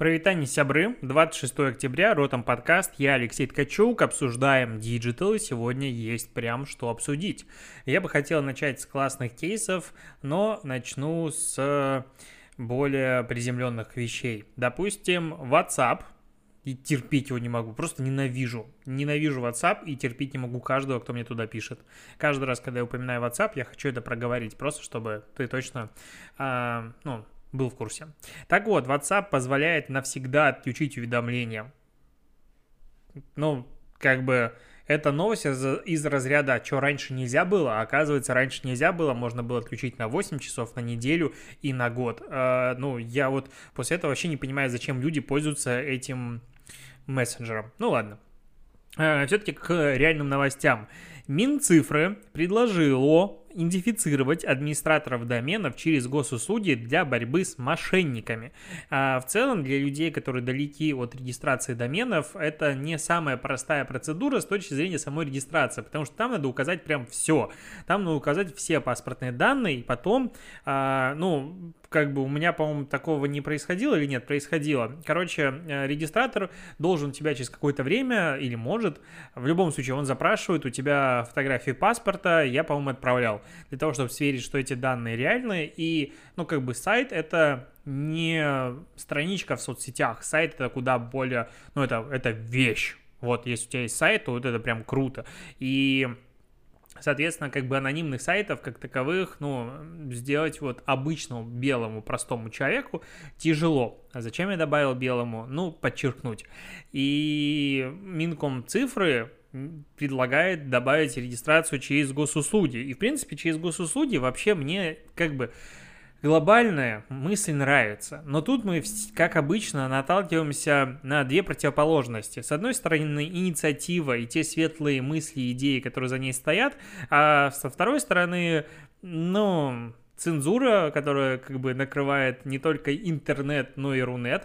Привет, сябры, 26 октября, Ротом подкаст, я Алексей Ткачук, обсуждаем диджитал, и сегодня есть прям что обсудить. Я бы хотел начать с классных кейсов, но начну с более приземленных вещей. Допустим, WhatsApp, и терпеть его не могу, просто ненавижу. Ненавижу WhatsApp и терпеть не могу каждого, кто мне туда пишет. Каждый раз, когда я упоминаю WhatsApp, я хочу это проговорить, просто чтобы ты точно, был в курсе. Так вот, WhatsApp позволяет навсегда отключить уведомления. Это новость из разряда, что раньше нельзя было, а оказывается, раньше нельзя было, можно было отключить на 8 часов, на неделю и на год. Я вот после этого вообще не понимаю, зачем люди пользуются этим мессенджером. Ну ладно. Все-таки к реальным новостям. Минцифры предложило идентифицировать администраторов доменов через госуслуги для борьбы с мошенниками. В целом, для людей, которые далеки от регистрации доменов, это не самая простая процедура с точки зрения самой регистрации, потому что там надо указать прям все. Там надо указать все паспортные данные, и потом, у меня, по-моему, такого не происходило или нет, происходило. Короче, регистратор должен у тебя через какое-то время, или может, в любом случае, он запрашивает у тебя фотографии паспорта, я, по-моему, отправлял, для того, чтобы сверить, что эти данные реальные, и, сайт — это не страничка в соцсетях, сайт — это куда более, это вещь. Вот, если у тебя есть сайт, то вот это прям круто. И соответственно, анонимных сайтов как таковых, сделать вот обычному белому простому человеку тяжело. А зачем я добавил белому? Подчеркнуть. И Минкомцифры предлагает добавить регистрацию через госуслуги. И, в принципе, через госуслуги вообще мне глобальная мысль нравится, но тут мы, как обычно, наталкиваемся на две противоположности. С одной стороны, инициатива и те светлые мысли и идеи, которые за ней стоят, а со второй стороны, цензура, которая накрывает не только интернет, но и рунет.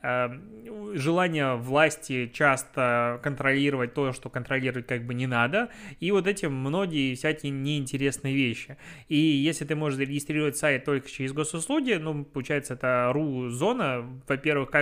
Желание власти часто контролировать то, что контролировать не надо, и вот эти многие всякие неинтересные вещи. И если ты можешь зарегистрировать сайт только через госуслуги, получается, это ру-зона. Во-первых,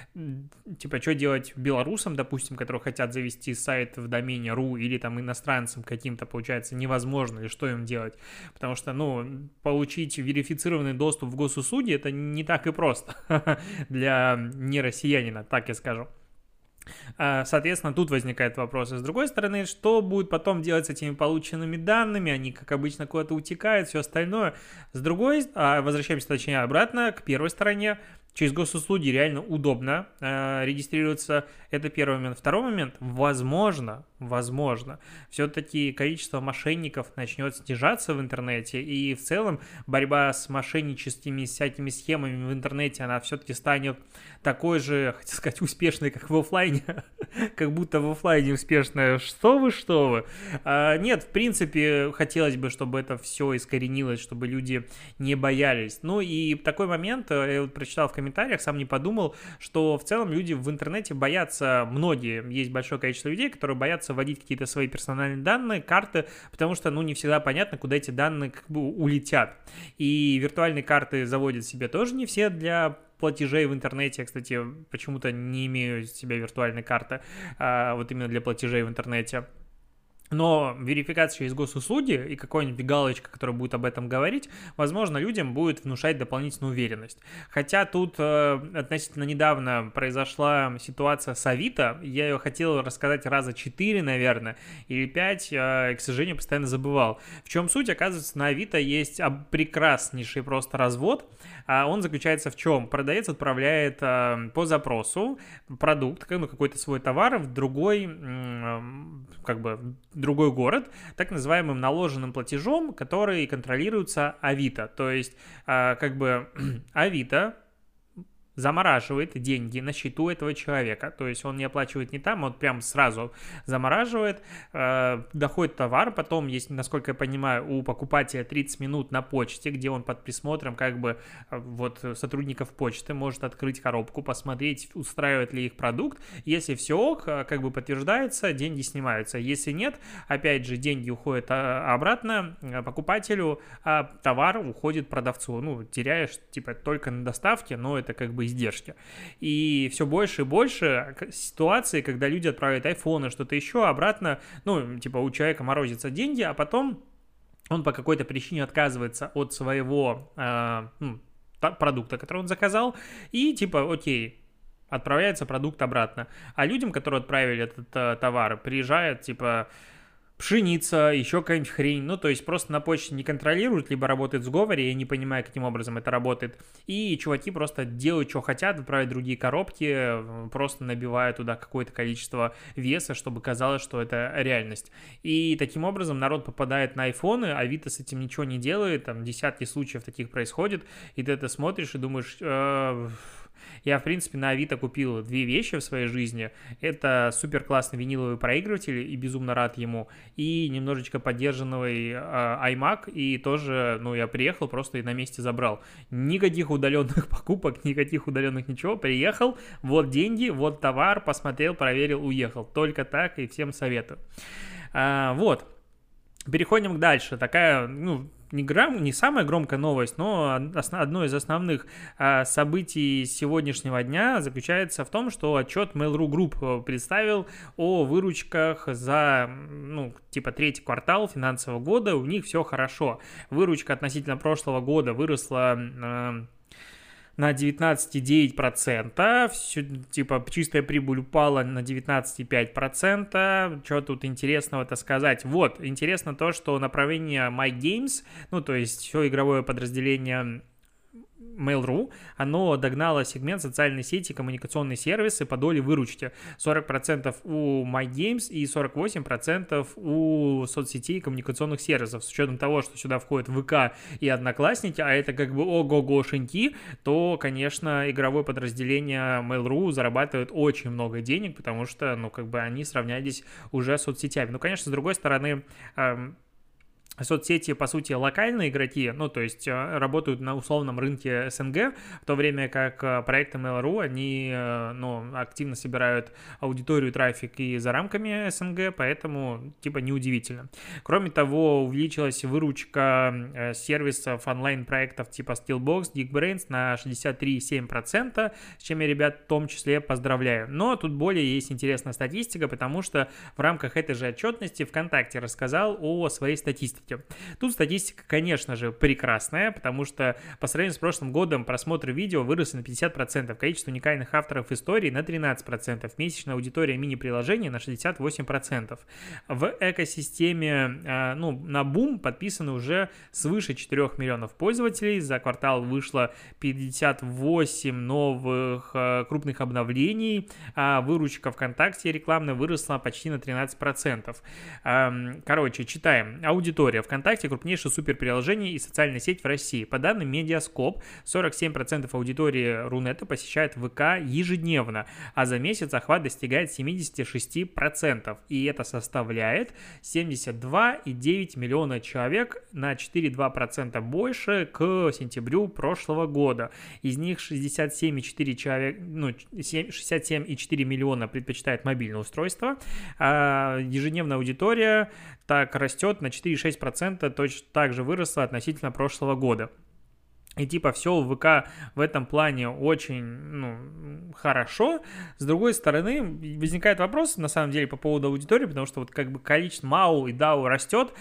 что делать белорусам, допустим, которые хотят завести сайт в домене ру, или там иностранцам каким-то, получается, невозможно, или что им делать? Потому что, получить верифицированный доступ в госуслуги — это не так и просто для не россиянина, так я скажу. Соответственно, тут возникает вопрос. И с другой стороны, что будет потом делать с этими полученными данными? Они, как обычно, куда-то утекают, все остальное. Возвращаемся, точнее, обратно к первой стороне. Через госуслуги реально удобно регистрироваться. Это первый момент. Второй момент. Возможно, все-таки количество мошенников начнет снижаться в интернете, и в целом борьба с мошенническими всякими схемами в интернете, она все-таки станет такой же, хотел сказать, успешной, как в офлайне. Как будто в офлайне успешная. Что вы? Нет, в принципе, хотелось бы, чтобы это все искоренилось, чтобы люди не боялись. И такой момент, я прочитал в комментариях, сам не подумал, что в целом люди в интернете боятся, многие, есть большое количество людей, которые боятся вводить какие-то свои персональные данные, карты, потому что, не всегда понятно, куда эти данные улетят. И виртуальные карты заводят себе тоже не все для платежей в интернете. Я, кстати, почему-то не имею себя виртуальной карты, вот именно для платежей в интернете. Но верификация через госуслуги и какая-нибудь галочка, которая будет об этом говорить, возможно, людям будет внушать дополнительную уверенность. Хотя тут относительно недавно произошла ситуация с Авито, я ее хотел рассказать раза 4, наверное, или 5, к сожалению, постоянно забывал. В чем суть? Оказывается, на Авито есть прекраснейший просто развод. Он заключается в чем? Продавец отправляет по запросу продукт, какой-то свой товар в другой город, так называемым наложенным платежом, который контролируется Авито. То есть, Авито замораживает деньги на счету этого человека, то есть он не оплачивает не там, он прям сразу замораживает, доходит товар, потом есть, насколько я понимаю, у покупателя 30 минут на почте, где он под присмотром сотрудников почты может открыть коробку, посмотреть, устраивает ли их продукт, если все ок, подтверждается, деньги снимаются, если нет, опять же, деньги уходят обратно покупателю, а товар уходит продавцу, теряешь, только на доставке, но это бы издержки. И все больше и больше ситуаций, когда люди отправляют айфоны, что-то еще, обратно, ну, типа у человека морозятся деньги, а потом он по какой-то причине отказывается от своего продукта, который он заказал, и типа, окей, отправляется продукт обратно. А людям, которые отправили этот товар, приезжает, типа, пшеница, еще какая-нибудь хрень, ну, то есть просто на почте не контролируют, либо работает в сговоре, я не понимаю, каким образом это работает, и чуваки просто делают, что хотят, отправляют другие коробки, просто набивают туда какое-то количество веса, чтобы казалось, что это реальность. И таким образом народ попадает на айфоны, Авито с этим ничего не делает, там десятки случаев таких происходит, и ты это смотришь и думаешь... Я, в принципе, на Авито купил 2 вещи в своей жизни. Это супер классный виниловый проигрыватель, и безумно рад ему, и немножечко поддержанный iMac, и тоже, ну, я приехал просто и на месте забрал. Никаких удаленных покупок, никаких удаленных ничего. Приехал, вот деньги, вот товар, посмотрел, проверил, уехал. Только так, и всем советую. Вот. Переходим дальше. Такая, ну, не самая громкая новость, но одно из основных событий сегодняшнего дня заключается в том, что отчет Mail.ru Group представил о выручках за, ну, типа, третий квартал финансового года. У них все хорошо. Выручка относительно прошлого года выросла на 19,9%, все, типа, чистая прибыль упала на 19,5%. Что тут интересного-то сказать? Вот, интересно то, что направление MyGames, ну, то есть все игровое подразделение Mail.ru, оно догнало сегмент социальной сети, коммуникационные сервисы по доле выручки. 40% у MyGames и 48% у соцсетей и коммуникационных сервисов. С учетом того, что сюда входят ВК и Одноклассники, а это как бы ого-гошеньки, то, конечно, игровое подразделение Mail.ru зарабатывает очень много денег, потому что, ну, как бы они сравнялись уже с соцсетями. Ну, конечно, с другой стороны, соцсети, по сути, локальные игроки, ну, то есть работают на условном рынке СНГ, в то время как проекты Mail.ru, они, ну, активно собирают аудиторию, трафик и за рамками СНГ, поэтому, типа, неудивительно. Кроме того, увеличилась выручка сервисов онлайн-проектов типа Steelbox, Geekbrains на 63,7%, с чем я ребят в том числе поздравляю. Но тут более есть интересная статистика, потому что в рамках этой же отчетности ВКонтакте рассказал о своей статистике. Тут статистика, конечно же, прекрасная, потому что по сравнению с прошлым годом просмотры видео выросли на 50%, количество уникальных авторов истории на 13%, месячная аудитория мини-приложений на 68%. В экосистеме, ну, на Boom подписаны уже свыше 4 миллионов пользователей, за квартал вышло 58 новых крупных обновлений, а выручка ВКонтакте рекламная выросла почти на 13%. Короче, читаем. Аудитория. ВКонтакте — крупнейшее суперприложение и социальная сеть в России. По данным Медиаскоп, 47% аудитории Рунета посещает ВК ежедневно, а за месяц охват достигает 76%. И это составляет 72,9 миллиона человек, на 4,2% больше к сентябрю прошлого года. Из них 67,4 человек, ну, 67,4 миллиона предпочитает мобильное устройство, а ежедневная аудитория так растет на 4,6%, точно так же выросла относительно прошлого года. И типа все у ВК в этом плане очень, ну, хорошо. С другой стороны, возникает вопрос, на самом деле, по поводу аудитории, потому что вот как бы количество МАУ и ДАУ растет.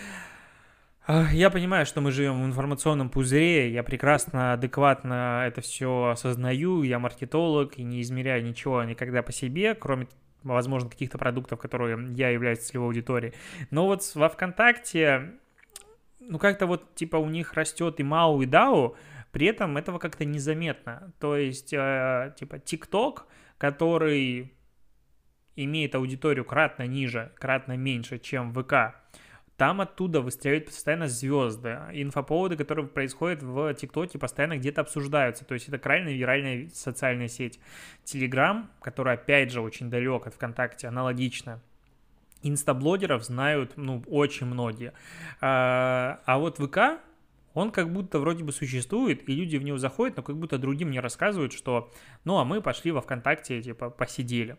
Я понимаю, что мы живем в информационном пузыре, я прекрасно, адекватно это все осознаю, я маркетолог и не измеряю ничего никогда по себе, кроме, возможно, каких-то продуктов, которые я являюсь целевой аудиторией. Но вот во ВКонтакте, ну, как-то вот, типа, у них растет и МАУ, и ДАУ, при этом этого как-то незаметно. То есть, типа, ТикТок, который имеет аудиторию кратно ниже, кратно меньше, чем ВК, там оттуда выстреливают постоянно звезды. Инфоповоды, которые происходят в ТикТоке, постоянно где-то обсуждаются. То есть это крайне виральная социальная сеть. Телеграм, который, опять же, очень далек от ВКонтакте, аналогично. Инстаблогеров знают, ну, очень многие. А вот ВК, он как будто вроде бы существует, и люди в него заходят, но как будто другим не рассказывают, что, ну, а мы пошли во ВКонтакте, типа, посидели.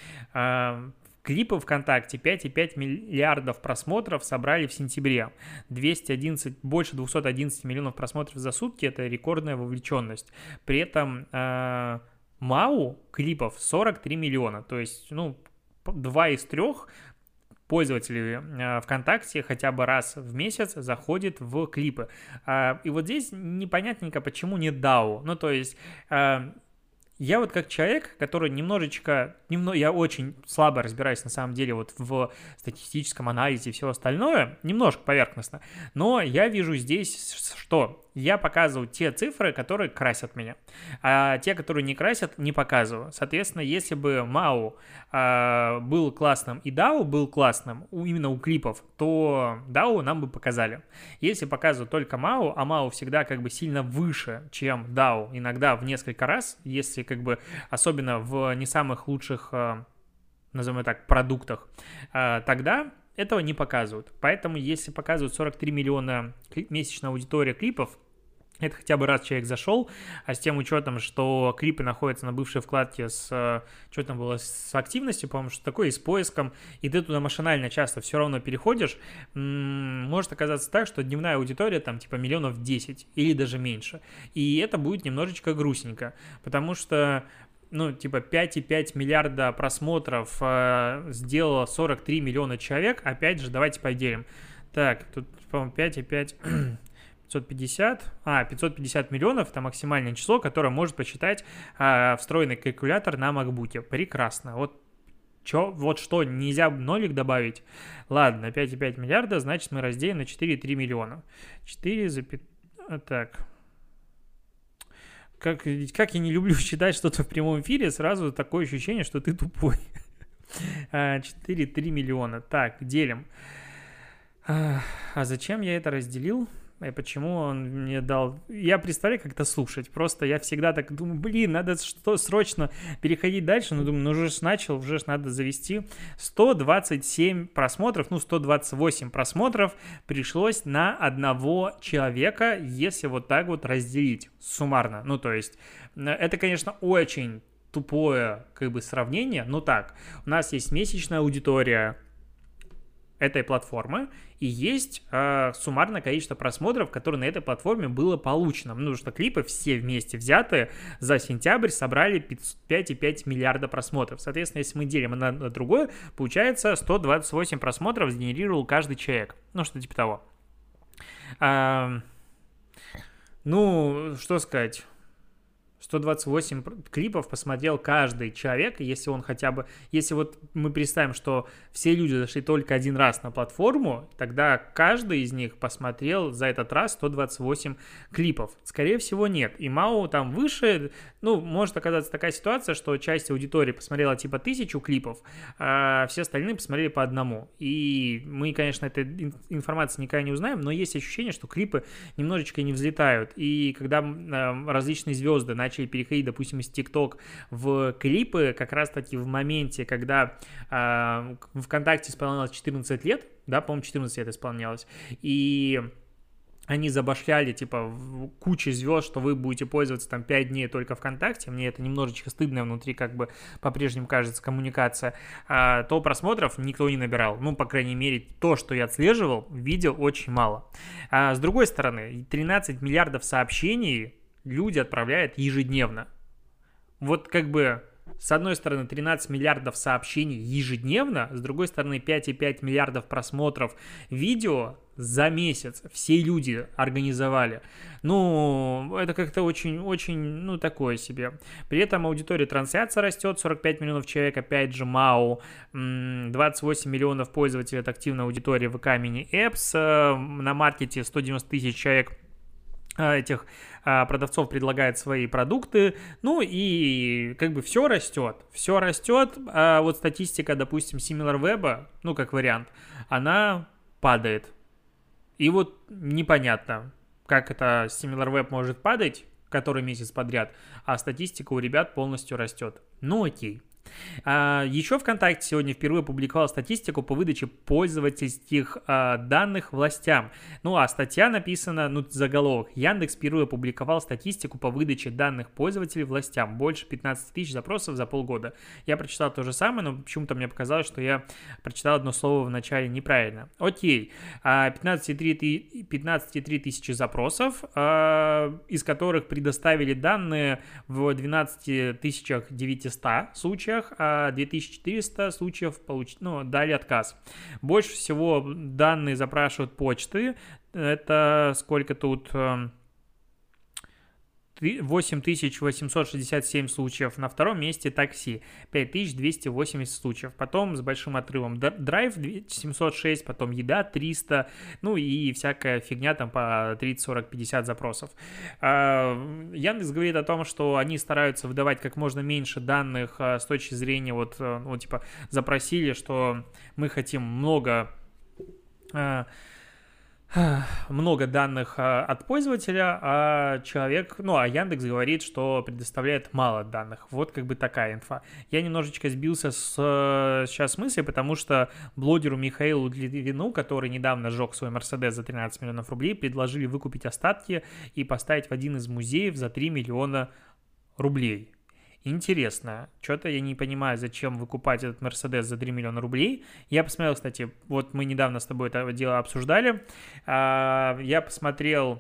Клипы ВКонтакте 5,5 миллиардов просмотров собрали в сентябре. Больше 211 миллионов просмотров за сутки – это рекордная вовлеченность. При этом МАУ клипов 43 миллиона, то есть, 2 из 3 пользователей ВКонтакте хотя бы раз в месяц заходит в клипы. И вот здесь непонятненько, почему не DAO. Ну, то есть... Я вот как человек, который я очень слабо разбираюсь на самом деле вот в статистическом анализе и все остальное, немножко поверхностно, но я вижу здесь, что я показываю те цифры, которые красят меня, а те, которые не красят, не показываю. Соответственно, если бы МАУ был классным и DAO был классным именно у клипов, то DAO нам бы показали. Если показывают только МАУ, а МАУ всегда как бы сильно выше, чем DAO, иногда в несколько раз, если как бы особенно в не самых лучших, назовем так, продуктах, тогда этого не показывают. Поэтому если показывают 43 миллиона месячная аудитория клипов, это хотя бы раз человек зашел, а с тем учетом, что клипы находятся на бывшей вкладке что там было, с активностью, по-моему, что такое, и с поиском, и ты туда машинально часто все равно переходишь, может оказаться так, что дневная аудитория там типа 10 миллионов или даже меньше. И это будет немножечко грустненько, потому что 5,5 миллиарда просмотров сделало 43 миллиона человек. Опять же, давайте поделим. Так, тут, по-моему, 5,5... 550 миллионов – это максимальное число, которое может посчитать встроенный калькулятор на MacBook. Прекрасно. Вот что, нельзя нолик добавить? Ладно, 5,5 миллиарда, значит, мы разделим на 4,3 миллиона. 4, так. Как я не люблю считать что-то в прямом эфире, сразу такое ощущение, что ты тупой. 4,3 миллиона. Так, делим. А зачем я это разделил? И почему он мне дал... Я представляю, как это слушать. Просто я всегда так думаю, надо срочно переходить дальше. Но думаю, уже начал, уже надо завести. 127 просмотров, 128 просмотров пришлось на одного человека, если вот так вот разделить суммарно. То есть, это, конечно, очень тупое как бы сравнение, но так, у нас есть месячная аудитория этой платформы, и есть суммарное количество просмотров, которые на этой платформе было получено. Потому что клипы все вместе взятые за сентябрь собрали 5,5 миллиарда просмотров. Соответственно, если мы делим на другое, получается 128 просмотров сгенерировал каждый человек. Что типа того. Что сказать... 128 клипов посмотрел каждый человек, если вот мы представим, что все люди зашли только один раз на платформу, тогда каждый из них посмотрел за этот раз 128 клипов. Скорее всего, нет. И МАУ там выше, может оказаться такая ситуация, что часть аудитории посмотрела типа 1000 клипов, а все остальные посмотрели по одному. И мы, конечно, этой информации никогда не узнаем, но есть ощущение, что клипы немножечко не взлетают. И когда различные звезды начали переходить, допустим, из TikTok в клипы, как раз-таки в моменте, когда ВКонтакте исполнялось 14 лет, да, по-моему, 14 лет исполнялось, и они забашляли, типа, кучу звезд, что вы будете пользоваться там 5 дней только ВКонтакте, мне это немножечко стыдная внутри, как бы, по-прежнему кажется, коммуникация, то просмотров никто не набирал. По крайней мере, то, что я отслеживал, видел очень мало. С другой стороны, 13 миллиардов сообщений люди отправляют ежедневно. Вот как бы с одной стороны 13 миллиардов сообщений ежедневно, с другой стороны 5,5 миллиардов просмотров видео за месяц все люди организовали. Это как-то очень, такое себе. При этом аудитория трансляции растет, 45 миллионов человек, опять же, МАУ, 28 миллионов пользователей от активной аудитории ВК Mini Apps, на маркете 190 тысяч человек этих продавцов предлагает свои продукты, и как бы все растет, а вот статистика, допустим, SimilarWeb, как вариант, она падает, и вот непонятно, как это SimilarWeb может падать, который месяц подряд, а статистика у ребят полностью растет. Окей. Еще ВКонтакте сегодня впервые публиковал статистику по выдаче пользовательских данных властям. Ну, а статья написана, заголовок. Яндекс впервые публиковал статистику по выдаче данных пользователей властям. Больше 15 тысяч запросов за полгода. Я прочитал то же самое, но почему-то мне показалось, что я прочитал одно слово в начале неправильно. Окей. 15,3 тысячи запросов, из которых предоставили данные в 12 900 случаях, а 2400 случаев дали отказ. Больше всего данные запрашивают почты. Это сколько тут? 8867 случаев. На втором месте такси. 5280 случаев. Потом с большим отрывом драйв 706, потом еда 300, ну и всякая фигня там по 30, 40, 50 запросов. Яндекс говорит о том, что они стараются выдавать как можно меньше данных с точки зрения запросили, что мы хотим много данных от пользователя, а Яндекс говорит, что предоставляет мало данных. Вот как бы такая инфа. Я немножечко сбился сейчас с мысли, потому что блогеру Михаилу Литвину, который недавно сжег свой Мерседес за 13 миллионов рублей, предложили выкупить остатки и поставить в один из музеев за 3 миллиона рублей. Интересно, что-то я не понимаю, зачем выкупать этот Мерседес за 3 миллиона рублей. Я посмотрел, кстати, вот мы недавно с тобой это дело обсуждали. Я посмотрел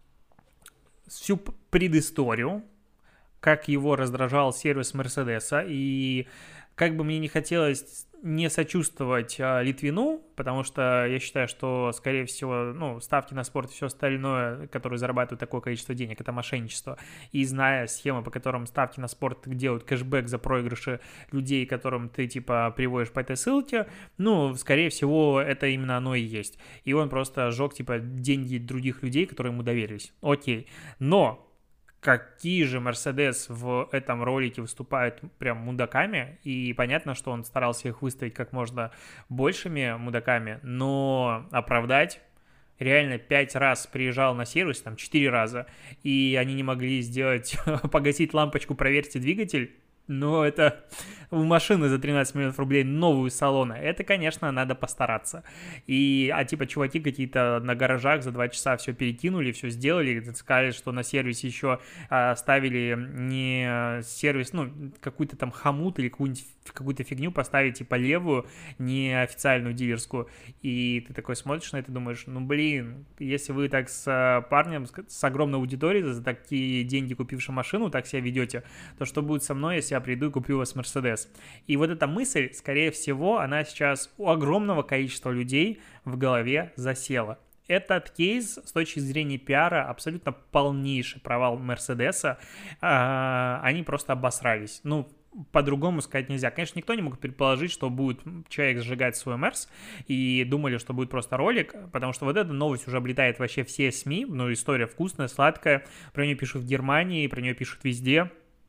всю предысторию, как его раздражал сервис Мерседеса, и как бы мне не хотелось не сочувствовать Литвину, потому что я считаю, что, скорее всего, ставки на спорт и все остальное, которые зарабатывают такое количество денег, это мошенничество. И зная схемы, по которым ставки на спорт делают кэшбэк за проигрыши людей, которым ты, приводишь по этой ссылке, скорее всего, это именно оно и есть. И он просто сжег, деньги других людей, которые ему доверились. Окей. Но какие же Мерседес в этом ролике выступают прям мудаками, и понятно, что он старался их выставить как можно большими мудаками, но оправдать реально 5 раз приезжал на сервис, там 4 раза, и они не могли погасить лампочку «Проверьте двигатель». Но это у машины за 13 миллионов рублей новую салона. Это, конечно, надо постараться. Чуваки какие-то на гаражах за 2 часа все перекинули, все сделали. Сказали, что на сервисе еще ставили не сервис, какую-то там хомут или какую-то фигню поставить, левую, не официальную дилерскую. И ты такой смотришь на это, думаешь, если вы так с парнем, с огромной аудиторией, за такие деньги купившим машину, так себя ведете, то что будет со мной, если я приду и куплю у вас Мерседес? И вот эта мысль, скорее всего, она сейчас у огромного количества людей в голове засела. Этот кейс с точки зрения пиара абсолютно полнейший провал Мерседеса. Они просто обосрались. По-другому сказать нельзя. Конечно, никто не мог предположить, что будет человек сжигать свой Мерс, и думали, что будет просто ролик, потому что вот эта новость уже облетает вообще все СМИ. История вкусная, сладкая. Про нее пишут в Германии, про нее пишут везде.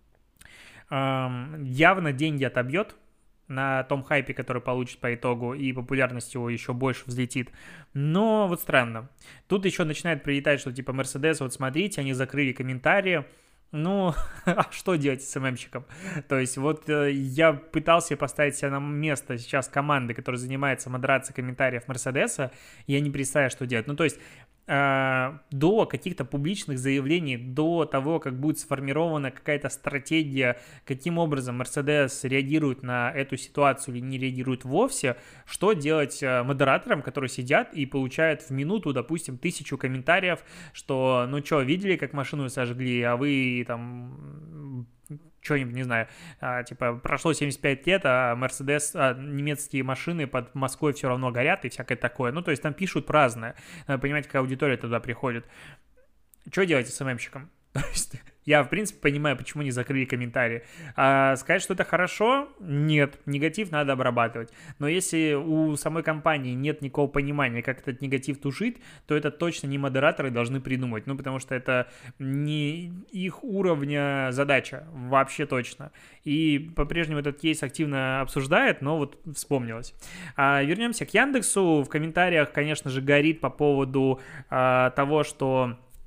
Явно деньги отобьет на том хайпе, который получит по итогу, и популярность его еще больше взлетит. Но вот странно. Тут еще начинает прилетать, что Мерседес, вот смотрите, они закрыли комментарии. А что делать с СММщиком? То есть я пытался поставить себя на место сейчас команды, которая занимается модерацией комментариев Мерседеса, я не представляю, что делать. То есть до каких-то публичных заявлений, до того, как будет сформирована какая-то стратегия, каким образом Mercedes реагирует на эту ситуацию или не реагирует вовсе, что делать модераторам, которые сидят и получают в минуту, допустим, 1000 комментариев, что, видели, как машину сожгли, а вы там что-нибудь, не знаю, прошло 75 лет, а Мерседес, немецкие машины под Москвой все равно горят и всякое такое. То есть там пишут разное. Надо понимать, какая аудитория туда приходит. Что делать с СММщиком? Я, в принципе, понимаю, почему не закрыли комментарии. Сказать, что это хорошо? Нет. Негатив надо обрабатывать. Но если у самой компании нет никакого понимания, как этот негатив тушить, то это точно не модераторы должны придумать. Потому что это не их уровня задача. Вообще точно. И по-прежнему этот кейс активно обсуждает, но вот вспомнилось. Вернемся к Яндексу. В комментариях, конечно же, горит по поводу того, что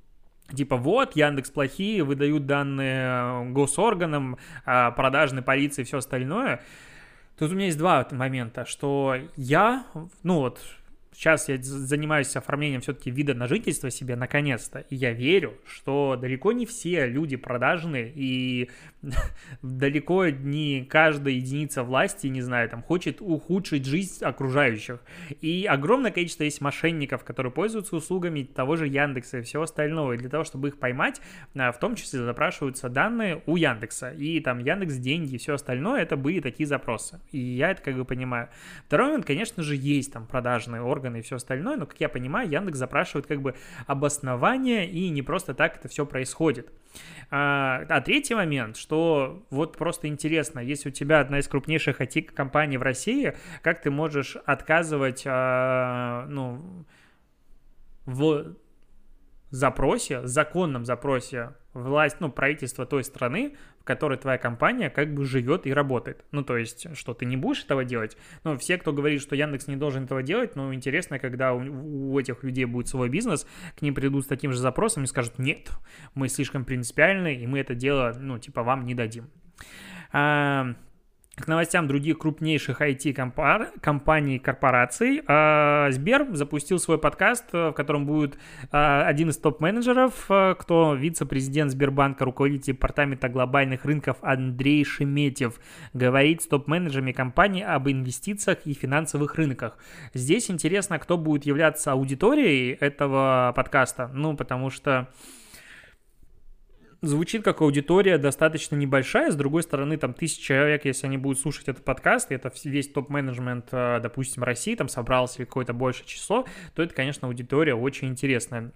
Типа вот, Яндекс плохие, выдают данные госорганам, продажной полиции и все остальное. Тут у меня есть два момента, что я, ну вот, сейчас я занимаюсь оформлением все-таки вида на жительство себе наконец-то, и я верю, что далеко не все люди продажные, и далеко не каждая единица власти, не знаю, там, хочет ухудшить жизнь окружающих. И огромное количество есть мошенников, которые пользуются услугами того же Яндекса и всего остального, и для того, чтобы их поймать, в том числе запрашиваются данные у Яндекса, и там Яндекс деньги и все остальное, это были такие запросы, и я это как бы понимаю. Второй момент, конечно же, есть там продажные органы и все остальное, но, как я понимаю, Яндекс запрашивает как бы обоснование, и не просто так это все происходит. А третий момент, что вот просто интересно, если у тебя одна из крупнейших IT-компаний в России, как ты можешь отказывать, ну, в запросе, законном запросе власть, ну, правительство той страны, в которой твоя компания как бы живет и работает. Ну, то есть, что ты не будешь этого делать. Ну, все, кто говорит, что Яндекс не должен этого делать, ну, интересно, когда у этих людей будет свой бизнес, к ним придут с таким же запросом и скажут: нет, мы слишком принципиальны, и мы это дело, ну, типа, вам не дадим. К новостям других крупнейших IT-компаний и корпораций. Сбер запустил свой подкаст, в котором будет один из топ-менеджеров, кто вице-президент Сбербанка, руководитель департамента глобальных рынков Андрей Шеметьев, говорит с топ-менеджерами компании об инвестициях и финансовых рынках. Здесь интересно, кто будет являться аудиторией этого подкаста, ну, потому что звучит как аудитория достаточно небольшая, с другой стороны, там 1000 человек, если они будут слушать этот подкаст, и это весь топ-менеджмент, допустим, России, там собрался какое-то большее число, то это, конечно, аудитория очень интересная.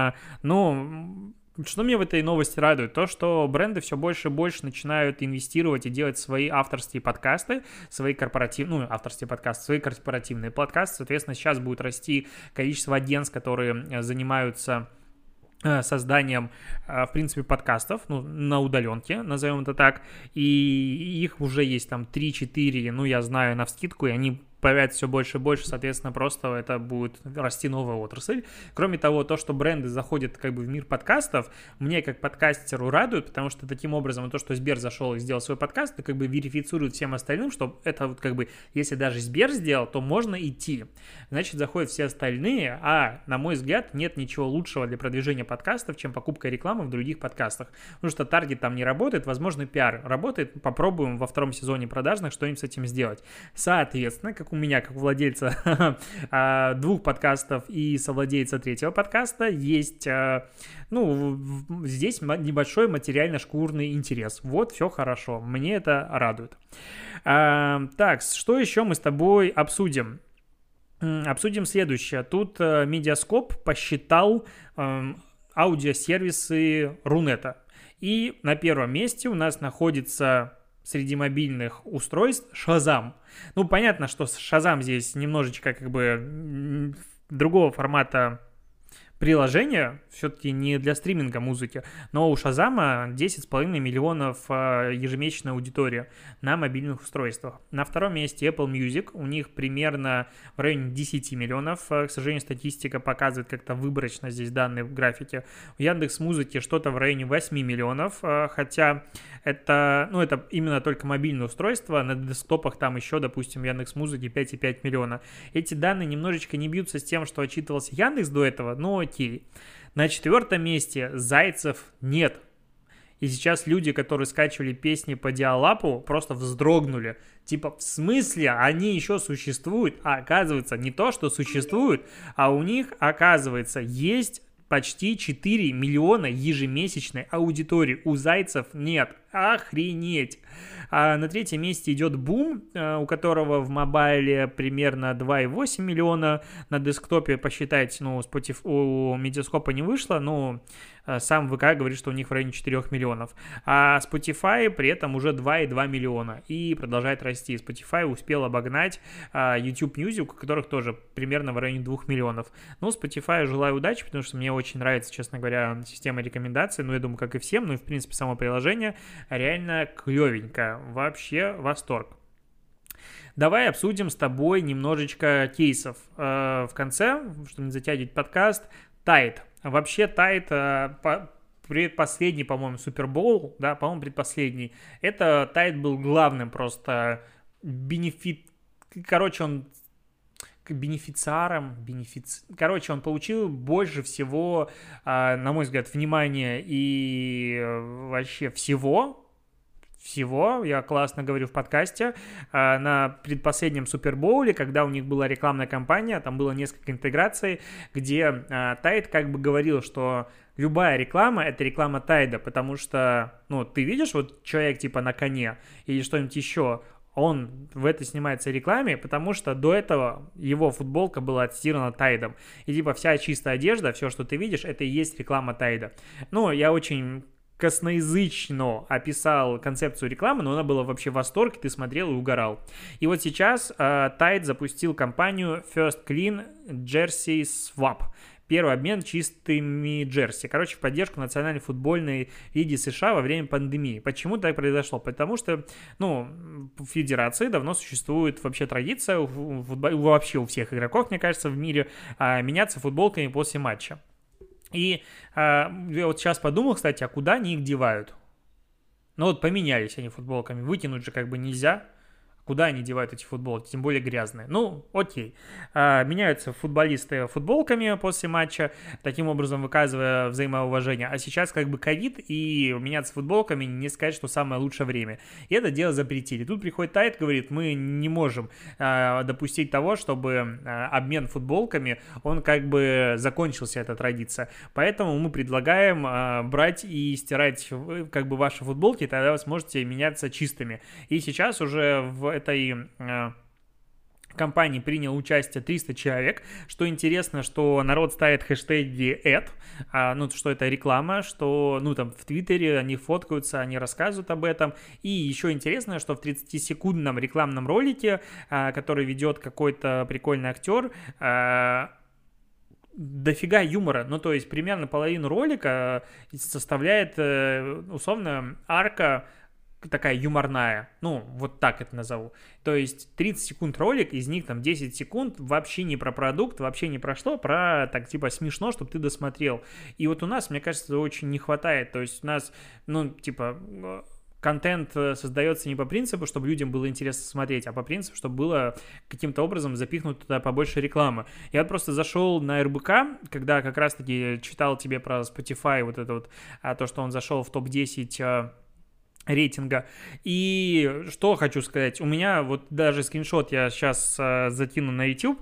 Ну, что меня в этой новости радует? То, что бренды все больше и больше начинают инвестировать и делать свои авторские подкасты, свои корпоративные подкасты, соответственно, сейчас будет расти количество агентств, которые занимаются созданием, в принципе, подкастов, ну, на удаленке, назовем это так, и их уже есть там 3-4, ну, я знаю навскидку, и они появляется все больше и больше, соответственно, просто это будет расти новая отрасль. Кроме того, то, что бренды заходят как бы в мир подкастов, мне как подкастеру радует, потому что таким образом то, что Сбер зашел и сделал свой подкаст, это как бы верифицирует всем остальным, что это вот как бы, если даже Сбер сделал, то можно идти. Значит, заходят все остальные, а, на мой взгляд, нет ничего лучшего для продвижения подкастов, чем покупка рекламы в других подкастах. Потому что таргет там не работает, возможно, пиар работает, попробуем во втором сезоне продажных что-нибудь с этим сделать. Соответственно, как у меня, как у владельца 2 подкастов и совладельца 3-го подкаста, есть, ну, здесь небольшой материально-шкурный интерес. Вот, все хорошо, мне это радует. Так, что еще мы с тобой обсудим? Обсудим следующее. Тут Медиаскоп посчитал аудиосервисы Рунета. И на первом месте у нас находится среди мобильных устройств Shazam. Ну, понятно, что Shazam здесь немножечко как бы другого формата приложение, все-таки не для стриминга музыки, но у Шазама 10,5 миллионов ежемесячная аудитория на мобильных устройствах. На втором месте Apple Music, у них примерно в районе 10 миллионов, к сожалению, статистика показывает как-то выборочно здесь данные в графике. У Яндекс.Музыки что-то в районе 8 миллионов, хотя это, ну, это именно только мобильное устройство, на десктопах там еще, допустим, в Яндекс.Музыке 5,5 миллиона. Эти данные немножечко не бьются с тем, что отчитывался Яндекс до этого, но окей. На 4-м месте Зайцев нет. И сейчас люди, которые скачивали песни по Диалапу, просто вздрогнули. Типа, в смысле, они еще существуют? А оказывается, не то, что существуют, а у них, оказывается, есть почти 4 миллиона ежемесячной аудитории. У Зайцев нет. Охренеть. А на 3-м месте идет Бум, у которого в мобайле примерно 2,8 миллиона. На десктопе, посчитайте, ну, у Медиаскопа не вышло, но сам ВК говорит, что у них в районе 4 миллионов. А Spotify при этом уже 2,2 миллиона и продолжает расти. Spotify успел обогнать YouTube Music, у которых тоже примерно в районе 2 миллионов. Ну, Spotify желаю удачи, потому что мне очень нравится, честно говоря, система рекомендаций. Ну, я думаю, как и всем, ну и, в принципе, само приложение реально клевенько. Вообще восторг. Давай обсудим с тобой немножечко кейсов. В конце, чтобы не затягивать подкаст, Tide. Вообще Тайд предпоследний, по-моему, Супербоул, да, по-моему, предпоследний, это Тайд был главным просто бенефит, короче, он бенефициаром, короче, он получил больше всего, на мой взгляд, внимания и вообще всего, я классно говорю в подкасте, на предпоследнем Супербоуле, когда у них была рекламная кампания, там было несколько интеграций, где Тайд как бы говорил, что любая реклама — это реклама Тайда, потому что, ну, ты видишь, вот человек типа на коне или что-нибудь еще, он в этой снимается рекламе, потому что до этого его футболка была отстирана Тайдом. И типа вся чистая одежда, все, что ты видишь, это и есть реклама Тайда. Ну, я очень косноязычно описал концепцию рекламы, но она была вообще в восторге, ты смотрел и угорал. И вот сейчас Tide запустил кампанию First Clean Jersey Swap. Первый обмен чистыми джерси. Короче, в поддержку Национальной футбольной лиги США во время пандемии. Почему так произошло? Потому что, ну, в федерации давно существует вообще традиция, вообще у всех игроков, мне кажется, в мире, меняться футболками после матча. И я вот сейчас подумал, кстати, а куда они их девают? Ну вот поменялись они футболками, выкинуть же как бы нельзя. Куда они девают эти футболки, тем более грязные? Ну, окей. Меняются футболисты футболками после матча, таким образом выказывая взаимоуважение. А сейчас как бы ковид, и меняться футболками не сказать, что самое лучшее время. И это дело запретили. Тут приходит Тайд, говорит, мы не можем допустить того, чтобы обмен футболками, он как бы закончился, эта традиция. Поэтому мы предлагаем брать и стирать как бы ваши футболки, тогда вы сможете меняться чистыми. И сейчас уже в этой компании принял участие 300 человек. Что интересно, что народ ставит хэштеги ad, ну, что это реклама, что, ну, там, в Твиттере они фоткаются, они рассказывают об этом. И еще интересно, что в 30-секундном рекламном ролике, который ведет какой-то прикольный актер, дофига юмора, ну, то есть примерно половину ролика составляет, условно, арка такая юморная, ну, вот так это назову. То есть 30 секунд ролик, из них там 10 секунд вообще не про продукт, вообще не про что, про так типа смешно, чтобы ты досмотрел. И вот у нас, мне кажется, очень не хватает. То есть у нас, ну, типа, контент создается не по принципу, чтобы людям было интересно смотреть, а по принципу, чтобы было каким-то образом запихнуть туда побольше рекламы. Я вот просто зашел на РБК, когда как раз-таки читал тебе про Spotify, вот это вот, то, что он зашел в топ-10 рейтинга. И что хочу сказать, у меня вот даже скриншот я сейчас закину на YouTube,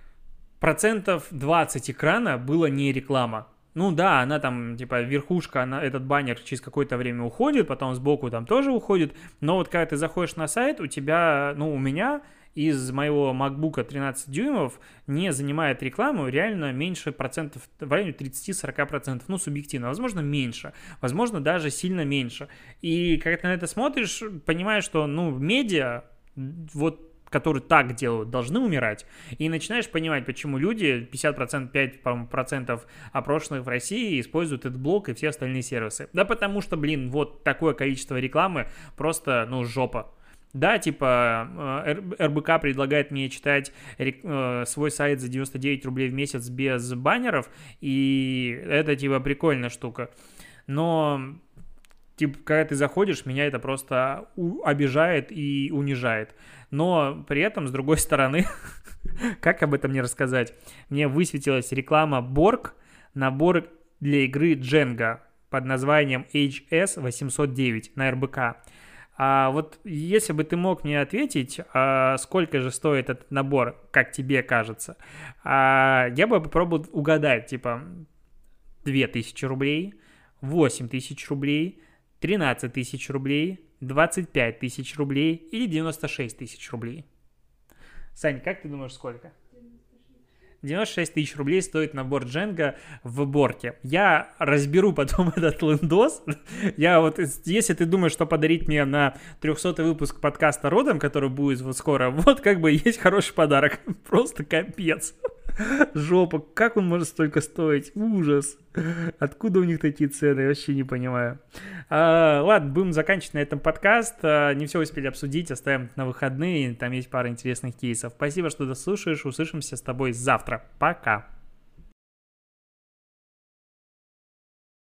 20% экрана было не реклама. Ну да, она там, типа, верхушка, этот баннер через какое-то время уходит, потом сбоку там тоже уходит, но вот когда ты заходишь на сайт, у тебя, ну, у меня из моего MacBook 13 дюймов не занимает рекламу реально меньше процентов, в районе 30-40%, ну, субъективно, возможно, меньше, возможно, даже сильно меньше. И когда ты на это смотришь, понимаешь, что, ну, медиа, вот, которые так делают, должны умирать. И начинаешь понимать, почему люди, 50%, 5% опрошенных в России используют AdBlock и все остальные сервисы. Да потому что, блин, вот такое количество рекламы просто, ну, жопа. Да, типа, РБК предлагает мне читать свой сайт за 99 рублей в месяц без баннеров, и это, типа, прикольная штука. Но, типа, когда ты заходишь, меня это просто обижает и унижает. Но при этом, с другой стороны, как об этом не рассказать, мне высветилась реклама Borg, набор для игры Jenga под названием HS809 на РБК. А вот если бы ты мог мне ответить, сколько же стоит этот набор, как тебе кажется, я бы попробовал угадать, типа, 2000 рублей, 8000 рублей, 13 тысяч рублей, 25 тысяч рублей или 96 тысяч рублей. Сань, как ты думаешь, сколько? 96 тысяч рублей стоит набор Jenga в Борке. Я разберу потом этот лендос. Я вот, если ты думаешь, что подарить мне на 300-й выпуск подкаста «Родом», который будет вот скоро, вот как бы есть хороший подарок. Просто капец. Жопа, как он может столько стоить? Ужас. Откуда у них такие цены? Я вообще не понимаю. Ладно, будем заканчивать на этом подкаст. Не все успели обсудить, оставим на выходные. Там есть пара интересных кейсов. Спасибо, что дослушаешь. Услышимся с тобой завтра. Пока.